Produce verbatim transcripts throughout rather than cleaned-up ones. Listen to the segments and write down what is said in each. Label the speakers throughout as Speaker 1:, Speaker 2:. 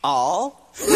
Speaker 1: All? No,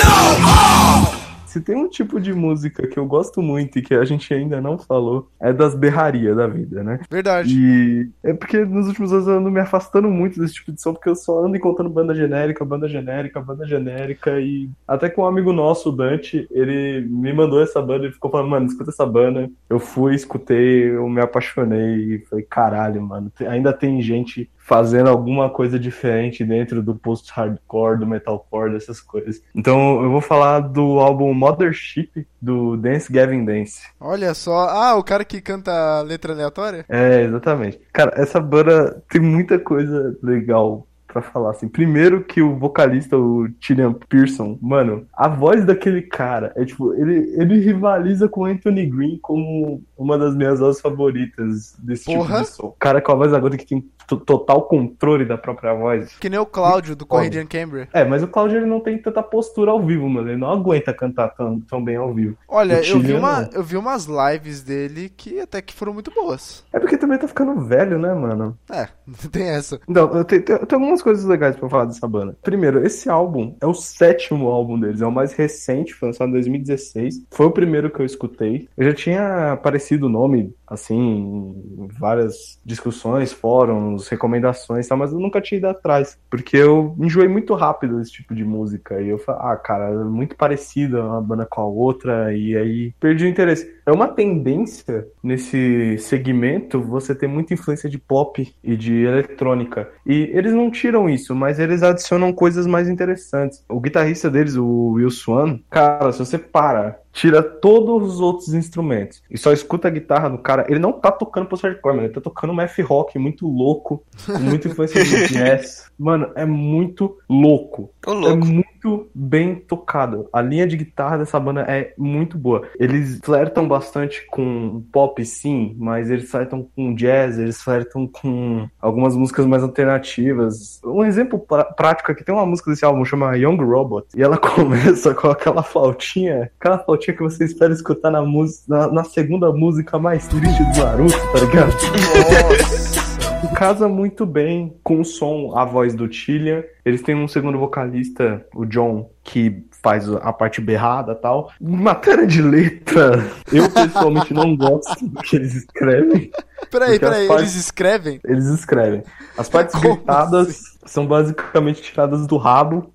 Speaker 1: all!
Speaker 2: Se tem um tipo de música que eu gosto muito e que a gente ainda não falou, é das berrarias da vida, né?
Speaker 3: Verdade.
Speaker 2: E é porque nos últimos anos eu ando me afastando muito desse tipo de som, porque eu só ando encontrando banda genérica, banda genérica, banda genérica, e até que um amigo nosso, o Dante, ele me mandou essa banda e ficou falando, mano, escuta essa banda. Eu fui, escutei, eu me apaixonei e falei, caralho, mano, ainda tem gente fazendo alguma coisa diferente dentro do post-hardcore, do metalcore, dessas coisas. Então eu vou falar do álbum Mothership, do Dance Gavin Dance.
Speaker 3: Olha só. Ah, o cara que canta a letra aleatória?
Speaker 2: É, exatamente. Cara, essa banda tem muita coisa legal pra falar, assim. Primeiro que o vocalista, o Cillian Pearson, mano, a voz daquele cara é tipo, ele, ele rivaliza com o Anthony Green como uma das minhas vozes favoritas desse
Speaker 3: Porra.
Speaker 2: tipo de som. O cara com a voz aguda que tem t- total controle da própria voz.
Speaker 3: Que nem o Cláudio, do Corredian Cambria.
Speaker 2: É, mas o Cláudio ele não tem tanta postura ao vivo, mano. Ele não aguenta cantar tão, tão bem ao vivo.
Speaker 3: Olha,
Speaker 2: O
Speaker 3: eu vi,
Speaker 2: Cillian,
Speaker 3: uma,
Speaker 2: não.
Speaker 3: eu vi umas lives dele que até que foram muito boas.
Speaker 2: É porque também tá ficando velho, né, mano?
Speaker 3: É, tem essa.
Speaker 2: Então, eu tenho, tenho- tenho algumas coisas legais pra falar dessa banda. Primeiro, esse álbum é o sétimo álbum deles, é o mais recente, foi lançado em dois mil e dezesseis. Foi o primeiro que eu escutei. Eu já tinha aparecido o nome, assim, em várias discussões, fóruns, recomendações e tal, mas eu nunca tinha ido atrás, porque eu enjoei muito rápido desse tipo de música. E eu falei, ah, cara, é muito parecida uma banda com a outra, e aí perdi o interesse. É uma tendência nesse segmento você ter muita influência de pop e de eletrônica. E eles não tiram isso, mas eles adicionam coisas mais interessantes. O guitarrista deles, o Will Swan, cara, se você para, tira todos os outros instrumentos e só escuta a guitarra do cara, ele não tá tocando post-hardcore, mano, ele tá tocando um math rock muito louco, com muita influência de jazz. Mano, é muito louco.
Speaker 4: Ô, louco.
Speaker 2: É muito bem tocado. A linha de guitarra dessa banda é muito boa. Eles flertam bastante com pop, sim, mas eles flertam com jazz, eles flertam com algumas músicas mais alternativas. Um exemplo pra- prático aqui, tem uma música desse álbum chama Young Robot, e ela começa com aquela flautinha, aquela flautinha que você espera escutar na, música, na, na segunda música mais triste do Naruto, tá ligado?
Speaker 3: Nossa.
Speaker 2: Casa muito bem com o som, a voz do Cillian. Eles têm um segundo vocalista, o John, que faz a parte berrada e tal. Em matéria de letra, eu pessoalmente não gosto do que eles escrevem.
Speaker 3: Peraí,
Speaker 2: Porque as
Speaker 3: peraí,
Speaker 2: partes-
Speaker 3: eles escrevem?
Speaker 2: Eles escrevem. As partes
Speaker 3: Como
Speaker 2: gritadas
Speaker 3: assim?
Speaker 2: são basicamente tiradas do rabo.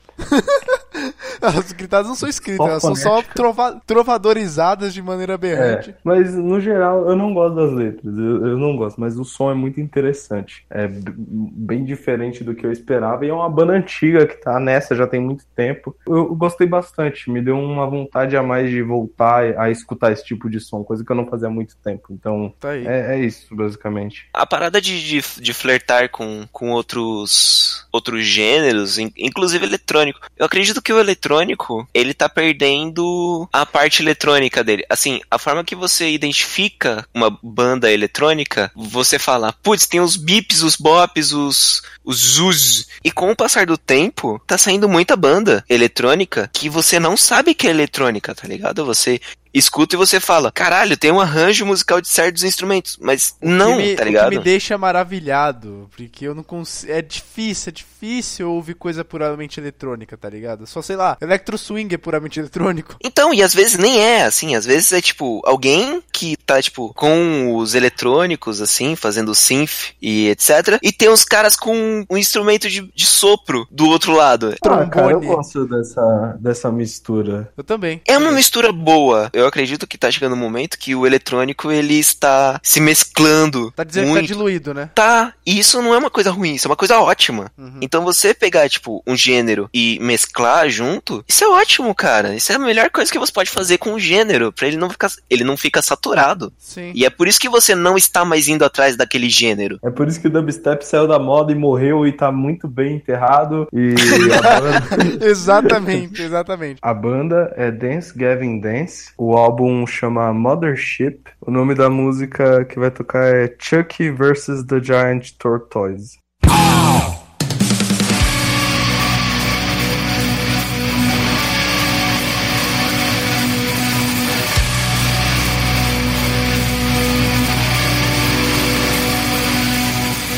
Speaker 3: As gritadas não são escritas,
Speaker 2: Só
Speaker 3: elas são só
Speaker 2: fonética.
Speaker 3: trova- trovadorizadas de maneira aberrante.
Speaker 2: É, mas no geral eu não gosto das letras, eu, eu não gosto, mas o som é muito interessante. É b- bem diferente do que eu esperava, e é uma banda antiga que tá nessa já tem muito tempo. Eu, eu gostei bastante, me deu uma vontade a mais de voltar a escutar esse tipo de som, coisa que eu não fazia há muito tempo. Então
Speaker 3: Tá aí.
Speaker 2: é, é isso, basicamente.
Speaker 4: A parada de, de, de flertar com, com outros, outros gêneros, in- inclusive eletrônico. Eu acredito que o eletrônico, ele tá perdendo a parte eletrônica dele. Assim, a forma que você identifica uma banda eletrônica, você fala, putz, tem os bips, os bops, os, os zuz. E com o passar do tempo, tá saindo muita banda eletrônica que você não sabe que é eletrônica, tá ligado? Você escuta e você fala, caralho, tem um arranjo musical de certos instrumentos, mas não,
Speaker 3: que me,
Speaker 4: tá
Speaker 3: o
Speaker 4: ligado?
Speaker 3: que me deixa maravilhado, porque eu não consigo. É difícil, é difícil ouvir coisa puramente eletrônica, tá ligado? Só sei lá, electro swing é puramente eletrônico.
Speaker 4: Então, e às vezes nem é, assim, às vezes é tipo, alguém que tá, tipo, com os eletrônicos, assim, fazendo synth e etcétera, e tem uns caras com um instrumento de, de sopro do outro lado.
Speaker 2: Ah, cara, eu
Speaker 3: Trombone.
Speaker 2: gosto dessa, dessa mistura.
Speaker 3: Eu também.
Speaker 4: É uma mistura boa. Eu acredito que tá chegando um momento que o eletrônico, ele está se mesclando
Speaker 3: Tá dizendo
Speaker 4: muito.
Speaker 3: que tá diluído, né?
Speaker 4: Tá, e isso não é uma coisa ruim, isso é uma coisa ótima.
Speaker 3: Uhum.
Speaker 4: Então você pegar, tipo, um gênero e mesclar junto, isso é ótimo, cara. Isso é a melhor coisa que você pode fazer com o gênero, pra ele não ficar, ele não fica saturado.
Speaker 3: Sim.
Speaker 4: E é por isso que você não está mais indo atrás daquele gênero.
Speaker 2: É por isso que o dubstep saiu da moda e morreu e tá muito bem enterrado. E a banda...
Speaker 3: Exatamente, exatamente.
Speaker 2: A banda é Dance Gavin Dance. O álbum chama Mothership. O nome da música que vai tocar é Chucky versus the Giant Tortoise.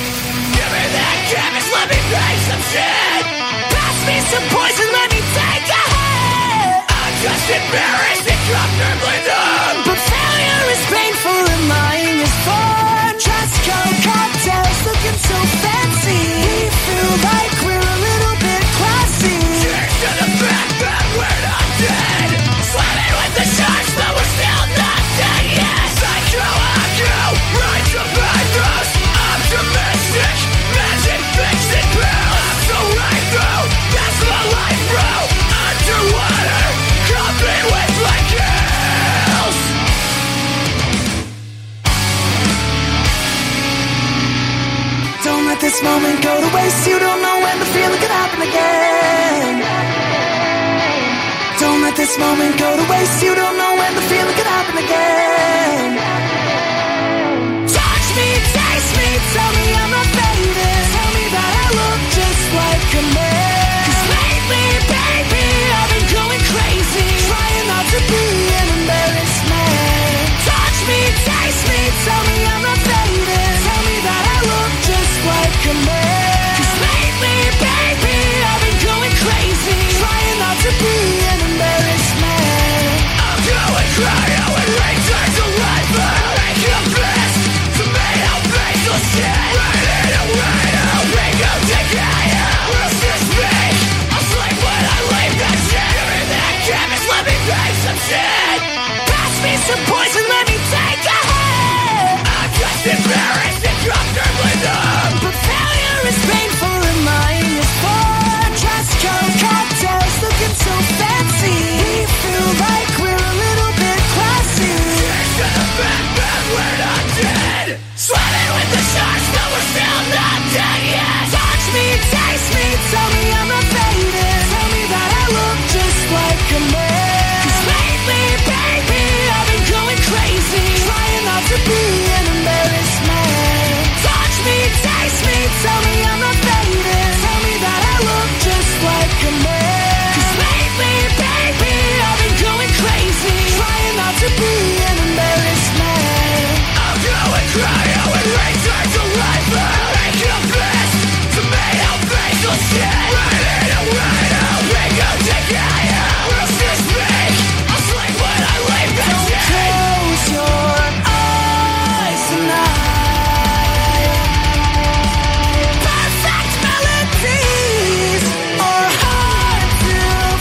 Speaker 1: Give me that chemist, let me make some shit. Pass me some poison, let me take embarrassing, comfortably numb. But failure is painful and lying is fun. Tresco cocktails looking so fancy. We feel like we're a little bit classy. Cheers to the fact that we're not dead. Swimming with the sharks, but we're still not dead yet. Psycho, Aku, right to pathos. Optimistic, magic fixing pills. I'm so right through, that's my life, bro. Underwater, covered with my kills. Don't let this moment go to waste. You don't know when the feeling could happen again. Don't let this moment go to waste. You don't know when the feeling could happen again. Touch me, taste me, tell me I'm not faded. Tell me that I look just like a man. 'Cause lately, baby, I've been going crazy, trying not to be an embarrassed man. Touch me, taste me, tell me I'm not faded. Tell me that I look just like a man. 'Cause lately, baby, I've been going crazy, trying not to be an embarrassed man. I'm going cry out and return to life, but I'll make your best. Tomato, basil, shit. Right in and right out, bingo, take it out. Rules to speak, I'll sleep when I leave that shit. You're in that chemist, let me make some shit. Pass me some poison, let me take a hit. I'm just embarrassed and comfortably numb. But failure is painful and lying is fun. Tresco cocktails looking so fancy. We feel like we're a little bit classy. Cheers to the fact that we're not dead. Swimming with the sharks, but we're still not dead yet. Touch me, taste me, tell me I'm not faded. Tell me that I look just like a man. 'Cause lately, baby, I've been going crazy, trying not to be an embarrassed man. Touch me, taste me, tell me I'm not faded. Tell me that I look just like a man. 'Cause lately, baby, I've been going crazy, trying not to be an embarrassed man. I'm going cry out and return to life, but I'll make your best. Tomato, basil, shit. Right in and right out, bingo, take it out. Rules to speak, I'll sleep when I leave that shit. Close your eyes tonight. Perfect melodies are hard to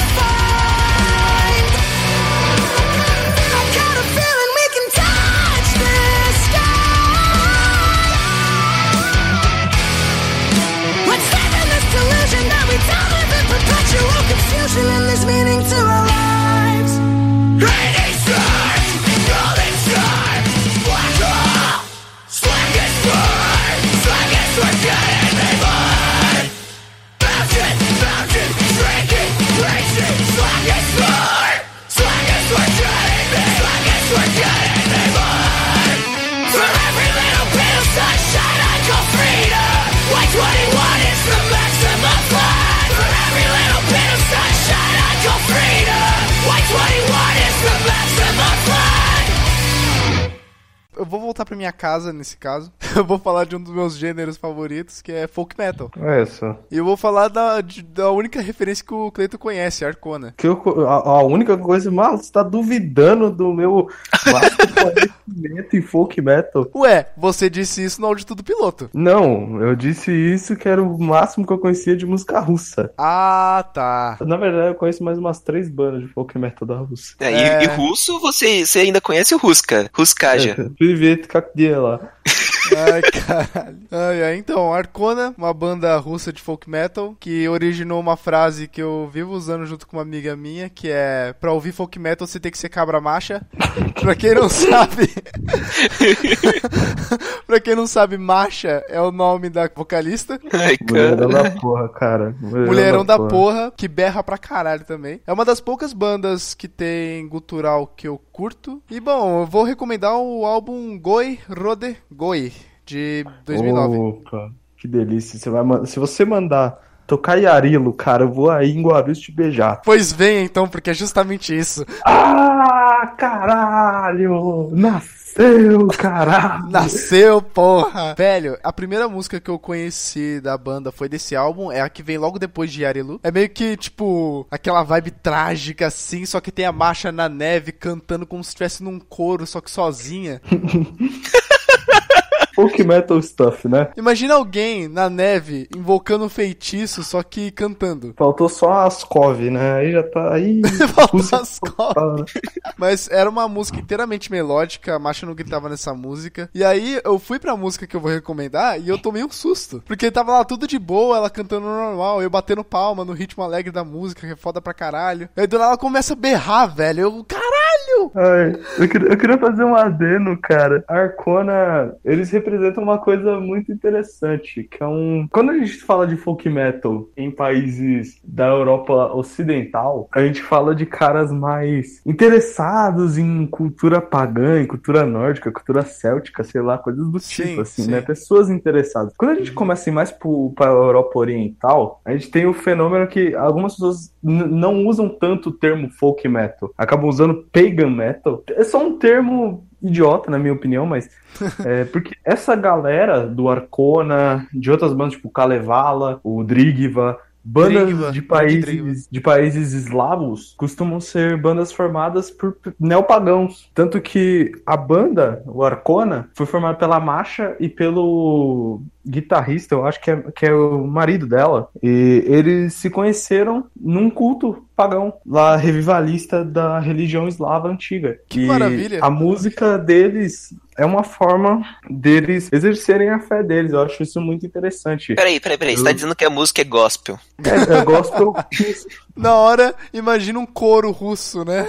Speaker 1: find. I've got a feeling we can touch the sky. Let's live in this delusion that we don't live in perpetual confusion, and there's meaning to our lives. Raining stars, golden stars, black hole, slackest burn, slackest we're getting me blood. Mountain, mountain, drinking, racing, slackest burn, slackest we're getting me, slackest we're getting me blood. For every little bit of sunshine I call freedom. Y twenty-one is the maximum fun. For every little bit of sunshine I call freedom. Y twenty-one is the maximum fun.
Speaker 3: Eu vou voltar pra minha casa nesse caso. Eu vou falar de um dos meus gêneros favoritos, que é folk metal.
Speaker 2: É isso.
Speaker 3: E eu vou falar da, de- da única referência que o Cleiton conhece, Arcona.
Speaker 2: Que eu, a, a única coisa, mano, você tá duvidando do meu vasto conhecimento em folk metal.
Speaker 3: Ué, você disse isso no áudio do piloto.
Speaker 2: Não, eu disse isso que era o máximo que eu conhecia de música russa.
Speaker 3: Ah, tá.
Speaker 2: Na verdade, eu conheço mais umas três bandas de folk metal da Rússia.
Speaker 4: É,
Speaker 3: É.
Speaker 4: E, e russo, você, você ainda conhece o Ruska, Ruskaja.
Speaker 2: Привет, как дела?
Speaker 3: Ai, caralho. Ai, ai. Então, Arcona, uma banda russa de folk metal, que originou uma frase que eu vivo usando junto com uma amiga minha, que é: pra ouvir folk metal você tem que ser cabra macha. Pra quem não sabe... pra quem não sabe, Macha é o nome da vocalista.
Speaker 4: Ai,
Speaker 2: Mulherão
Speaker 4: cara.
Speaker 2: da porra, cara. Mulherão,
Speaker 3: Mulherão da porra, que berra pra caralho também. É uma das poucas bandas que tem gutural que eu curto. E bom, eu vou recomendar o álbum Goi Rode Goi, de dois mil e nove.
Speaker 2: Opa, que delícia. Você vai, man- se você mandar tocar Yarilo, cara, eu vou aí em Guarulhos te beijar.
Speaker 3: Pois vem então, porque é justamente isso.
Speaker 2: Ah! Ah, caralho! Nasceu, caralho!
Speaker 3: Nasceu, porra! Velho, a primeira música que eu conheci da banda foi desse álbum, é a que vem logo depois de Yarilu. É meio que, tipo, aquela vibe trágica assim, só que tem a marcha na neve cantando como se estivesse num coro, só que sozinha.
Speaker 2: Folk metal stuff, né?
Speaker 3: Imagina alguém na neve invocando um feitiço, só que cantando.
Speaker 2: Faltou só as cove, né? Aí já tá aí.
Speaker 3: Faltou as cove. Mas era uma música inteiramente melódica, a Masha não gritava nessa música. E aí eu fui pra música que eu vou recomendar e eu tomei um susto. Porque tava lá tudo de boa, ela cantando normal, eu batendo palma no ritmo alegre da música, que é foda pra caralho. Aí do nada ela começa a berrar, velho. Eu, caralho!
Speaker 2: Ai, eu, queria, eu queria fazer um adeno, cara. A Arcona, eles representam uma coisa muito interessante, que é um... Quando a gente fala de folk metal em países da Europa Ocidental, a gente fala de caras mais interessados em cultura pagã, em cultura nórdica, cultura céltica, sei lá, coisas do
Speaker 3: Sim,
Speaker 2: tipo, assim,
Speaker 3: sim.
Speaker 2: né? Pessoas interessadas. Quando a gente começa a ir mais pro, pra Europa Oriental, a gente tem o fenômeno que algumas pessoas n- não usam tanto o termo folk metal, acabam usando pagan metal. É só um termo idiota, na minha opinião, mas é porque essa galera do Arcona, de outras bandas tipo Kalevala, o Drigva, bandas
Speaker 3: Drigva,
Speaker 2: de
Speaker 3: grande Drigva.
Speaker 2: países de países eslavos costumam ser bandas formadas por neopagãos, tanto que a banda, o Arcona, foi formada pela Masha e pelo guitarrista, eu acho que é, que é o marido dela, e eles se conheceram num culto pagão, lá revivalista da religião eslava antiga.
Speaker 3: Que
Speaker 2: e
Speaker 3: maravilha.
Speaker 2: A música deles é uma forma deles exercerem a fé deles, eu acho isso muito interessante.
Speaker 4: Peraí, peraí, peraí. Você tá dizendo que a música é gospel?
Speaker 2: É, é gospel.
Speaker 3: Na hora, imagina um coro russo, né?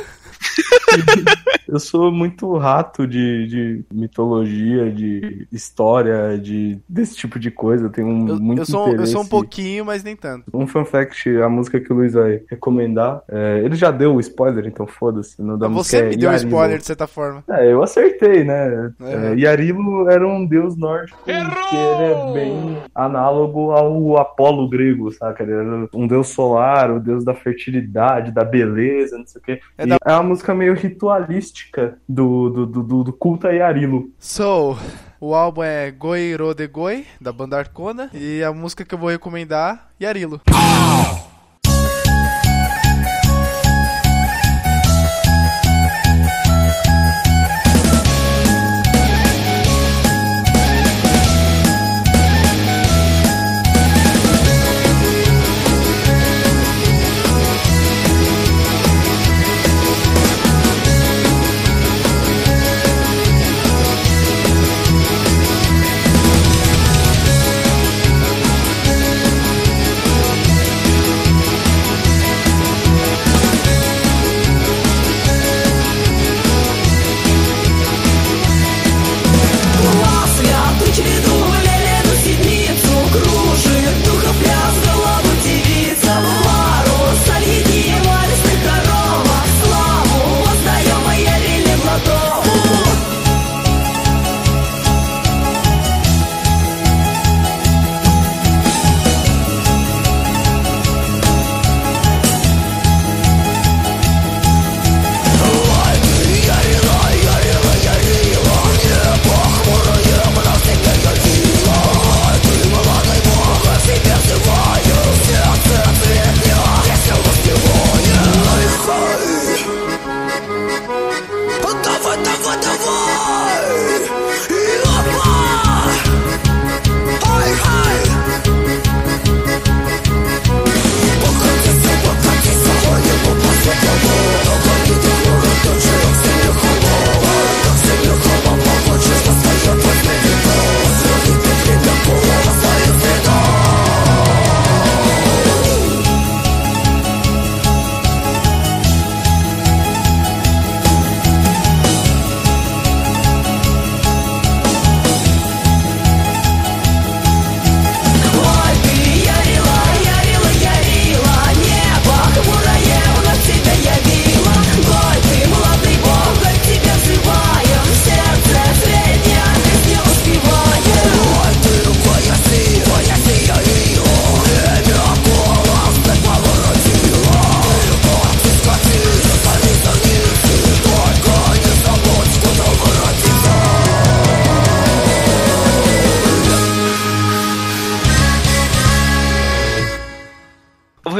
Speaker 2: Eu sou muito rato de, de mitologia, de história, de, desse tipo de coisa. Eu tenho um,
Speaker 3: Eu,
Speaker 2: muito
Speaker 3: eu, sou, eu
Speaker 2: interesse.
Speaker 3: sou um pouquinho, mas nem tanto.
Speaker 2: Um fun fact, a música que o Luiz vai recomendar, é, ele já deu o spoiler, então foda-se. O nome da música
Speaker 3: Você
Speaker 2: é
Speaker 3: me deu
Speaker 2: Yarilo.
Speaker 3: spoiler, de certa forma.
Speaker 2: É, eu acertei, né?
Speaker 3: É.
Speaker 2: É, Yarilo era um deus nórdico que ele é bem análogo ao Apolo grego, saca? Ele era um deus solar, o deus da fertilidade, da beleza, não sei o quê.
Speaker 3: É
Speaker 2: E
Speaker 3: da-
Speaker 2: é uma música meio ritualística do, do, do, do, do culto a Yarilo.
Speaker 3: So, o álbum é Goi Ro de Goi, da banda Arcona. E a música que eu vou recomendar, Yarilo.
Speaker 1: Thank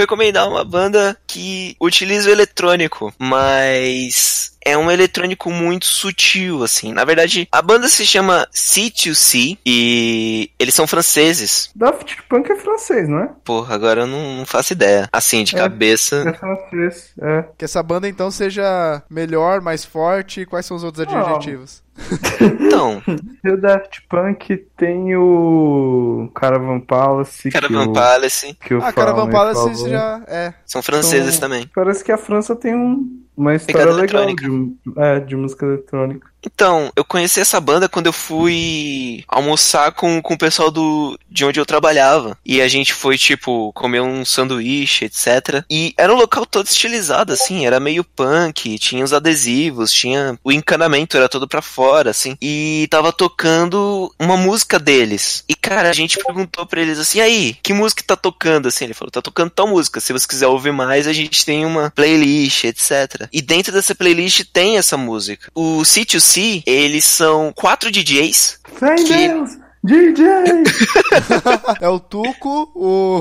Speaker 4: recomendar uma banda que utiliza o eletrônico, mas é um eletrônico muito sutil, assim. Na verdade, a banda se chama C dois C e eles são franceses.
Speaker 2: Daft Punk é francês, não é?
Speaker 4: Porra, agora eu não, não faço ideia. Assim, de
Speaker 2: É,
Speaker 4: cabeça.
Speaker 2: É francês, é.
Speaker 3: Que essa banda então seja melhor, mais forte. Quais são os outros
Speaker 2: Não.
Speaker 3: adjetivos?
Speaker 4: Então,
Speaker 2: E o Daft Punk tem o Caravan Palace.
Speaker 4: Caravan
Speaker 2: que o,
Speaker 4: Palace.
Speaker 2: Que o
Speaker 3: Ah, Caravan
Speaker 2: Fallon
Speaker 3: Palace
Speaker 2: falou.
Speaker 3: já é.
Speaker 4: São franceses
Speaker 2: Então,
Speaker 4: também.
Speaker 2: Parece que a França tem um, uma história
Speaker 4: Pegada
Speaker 2: legal
Speaker 4: eletrônica.
Speaker 2: de, é, de música eletrônica.
Speaker 4: Então, eu conheci essa banda quando eu fui almoçar com, com o pessoal do, de onde eu trabalhava. E a gente foi, tipo, comer um sanduíche, etcétera. E era um local todo estilizado, assim, era meio punk, tinha os adesivos, tinha... O encanamento era todo pra fora, assim. E tava tocando uma música deles. E, cara, a gente perguntou pra eles assim, e aí, que música tá tocando? Assim, ele falou, tá tocando tal música. Se você quiser ouvir mais, a gente tem uma playlist, etcétera. E dentro dessa playlist tem essa música. O C dois C, eles são quatro D Js.
Speaker 2: Sem
Speaker 4: Que-
Speaker 2: Deus! D J!
Speaker 3: É o Tuco, o,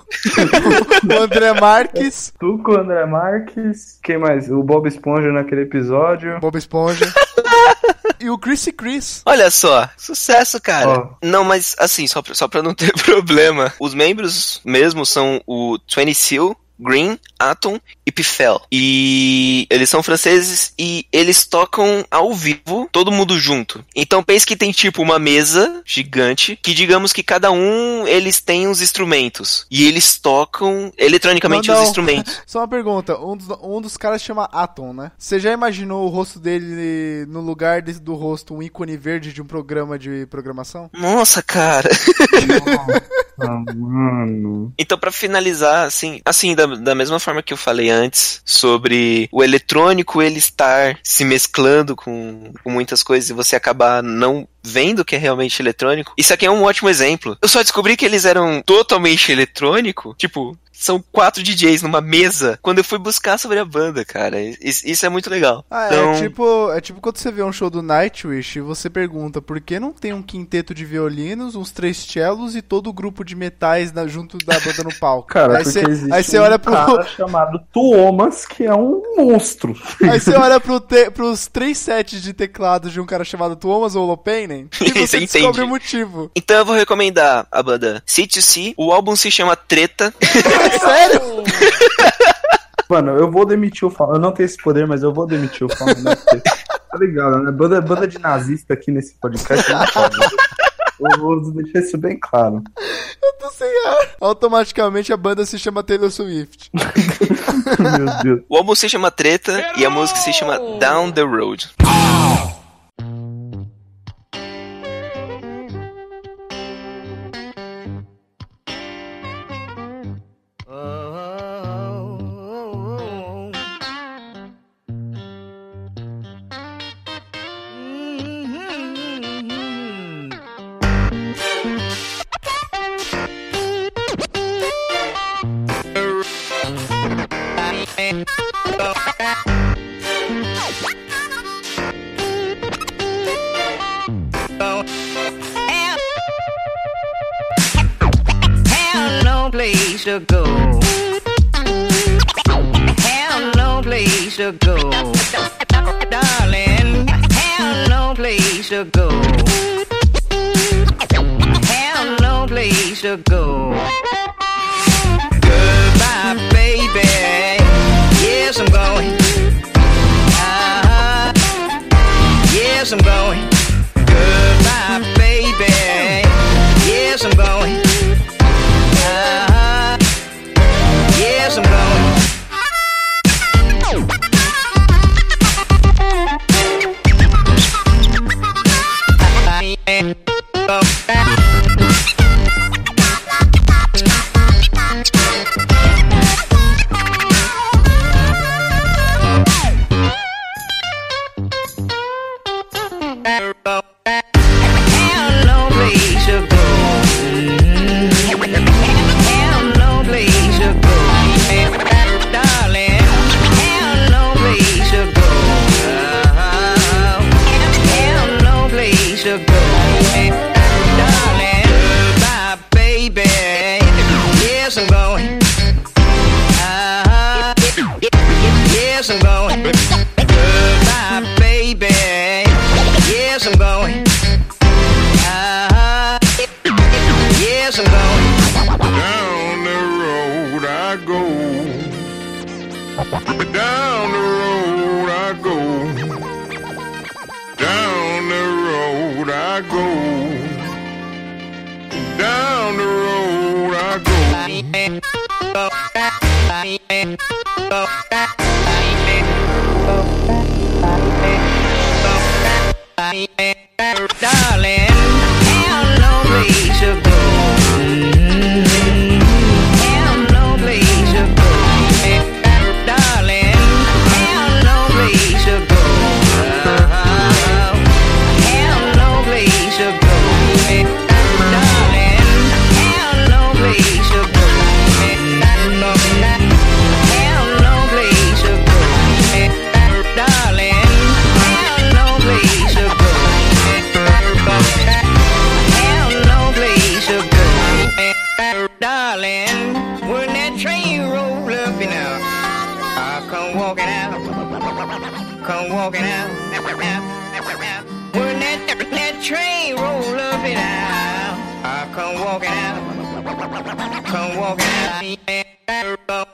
Speaker 3: o André Marques,
Speaker 2: Tuco, André Marques. Quem mais? O Bob Esponja naquele episódio.
Speaker 3: Bob Esponja e o Chrissy Chris.
Speaker 4: Olha só, sucesso, cara.
Speaker 2: Ó.
Speaker 4: Não, mas assim, só pra, só pra não ter problema, os membros mesmo são o Twenty Seal, Green, Atom e Pifel. E eles são franceses e eles tocam ao vivo, todo mundo junto. Então pense que tem tipo uma mesa gigante, que digamos que cada um, eles têm uns instrumentos. E eles tocam eletronicamente
Speaker 3: Não, não.
Speaker 4: os instrumentos.
Speaker 3: Só uma pergunta, um dos, um dos caras chama Atom, né? Você já imaginou o rosto dele no lugar de- do rosto, um ícone verde de um programa de programação?
Speaker 4: Nossa, cara.
Speaker 2: Ah, mano.
Speaker 4: Então, pra finalizar, assim, assim da, da mesma forma que eu falei antes, sobre o eletrônico ele estar se mesclando com, com muitas coisas e você acabar não vendo que é realmente eletrônico, isso aqui é um ótimo exemplo. Eu só descobri que eles eram totalmente eletrônico, tipo, são quatro D Js numa mesa, quando eu fui buscar sobre a banda, cara. Isso, isso é muito legal.
Speaker 3: Ah,
Speaker 4: Então,
Speaker 3: é tipo, é tipo quando você vê um show do Nightwish e você pergunta por que não tem um quinteto de violinos, uns três cellos e todo o grupo de metais na- junto da banda no palco.
Speaker 2: Cara,
Speaker 3: aí
Speaker 2: porque
Speaker 3: você
Speaker 2: existe
Speaker 3: aí você
Speaker 2: um
Speaker 3: olha pro
Speaker 2: cara chamado Tuomas, que é um monstro.
Speaker 3: aí você olha pro te, pros três sets de teclados de um cara chamado Tuomas ou Lopainen e você
Speaker 4: Você
Speaker 3: descobre
Speaker 4: entende.
Speaker 3: o motivo.
Speaker 4: então eu vou recomendar a banda C dois C, o álbum se chama Treta.
Speaker 3: Sério?
Speaker 2: Mano, eu vou demitir o Fallon. Eu não tenho esse poder, mas eu vou demitir o Fallon, né? Porque, tá ligado, né? Banda, banda de nazista aqui nesse podcast não pode. Eu vou deixar isso bem claro.
Speaker 3: Eu tô sem ar. Automaticamente a banda se chama Taylor Swift.
Speaker 2: Meu Deus.
Speaker 4: O álbum se chama Treta e a música se chama Down the Road.
Speaker 5: Have no place to go. Have no place to go. Darling, have no place to go. Have no place to go. Goodbye, baby. Yes, I'm going. Uh-huh. Yes, I'm going. Goodbye, baby. Yes, I'm going. Uh-huh. Yes, I'm going. Yes, I'm going. Goodbye, baby. Yes, I'm going. Uh-huh. Yes, I'm going.
Speaker 6: Down the road I go. Down the road I go. Down the road I go. Down the road I go.
Speaker 5: Darling, have no place to go. Have no place to go. Darling, have no place to go. Have no place to go. Darling, have no place to go. Have no place to go. Darling, have no place to go. Have no place to go. Darling, when that train roll up and out, I come walking out, come walking out. When that, that train roll up and out, I come walking out, come walking out.